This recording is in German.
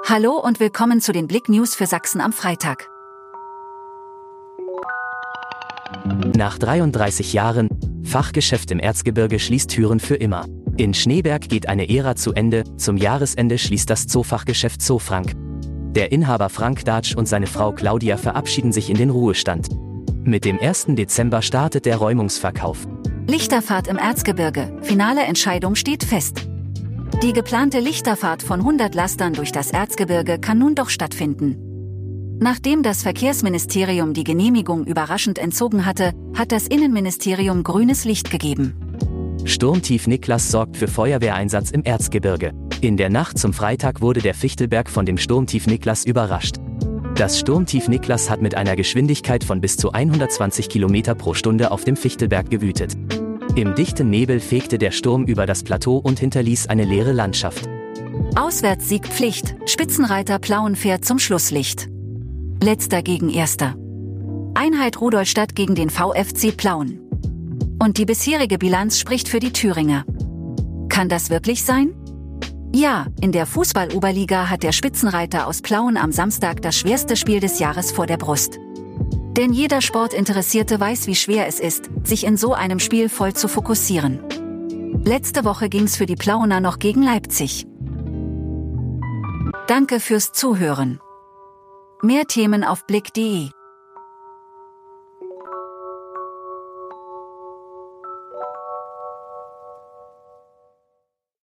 Hallo und willkommen zu den Blick News für Sachsen am Freitag. Nach 33 Jahren, Fachgeschäft im Erzgebirge schließt Türen für immer. In Schneeberg geht eine Ära zu Ende, zum Jahresende schließt das Zoofachgeschäft Zoo Frank. Der Inhaber Frank Datsch und seine Frau Claudia verabschieden sich in den Ruhestand. Mit dem 1. Dezember startet der Räumungsverkauf. Lichterfahrt im Erzgebirge, finale Entscheidung steht fest. Die geplante Lichterfahrt von 100 Lastern durch das Erzgebirge kann nun doch stattfinden. Nachdem das Verkehrsministerium die Genehmigung überraschend entzogen hatte, hat das Innenministerium grünes Licht gegeben. Sturmtief Niklas sorgt für Feuerwehreinsatz im Erzgebirge. In der Nacht zum Freitag wurde der Fichtelberg von dem Sturmtief Niklas überrascht. Das Sturmtief Niklas hat mit einer Geschwindigkeit von bis zu 120 km pro Stunde auf dem Fichtelberg gewütet. Im dichten Nebel fegte der Sturm über das Plateau und hinterließ eine leere Landschaft. Auswärtssieg Pflicht, Spitzenreiter Plauen fährt zum Schlusslicht. Letzter gegen Erster. Einheit Rudolstadt gegen den VfC Plauen. Und die bisherige Bilanz spricht für die Thüringer. Kann das wirklich sein? Ja, in der Fußball-Oberliga hat der Spitzenreiter aus Plauen am Samstag das schwerste Spiel des Jahres vor der Brust. Denn jeder Sportinteressierte weiß, wie schwer es ist, sich in so einem Spiel voll zu fokussieren. Letzte Woche ging's für die Plauener noch gegen Leipzig. Danke fürs Zuhören. Mehr Themen auf blick.de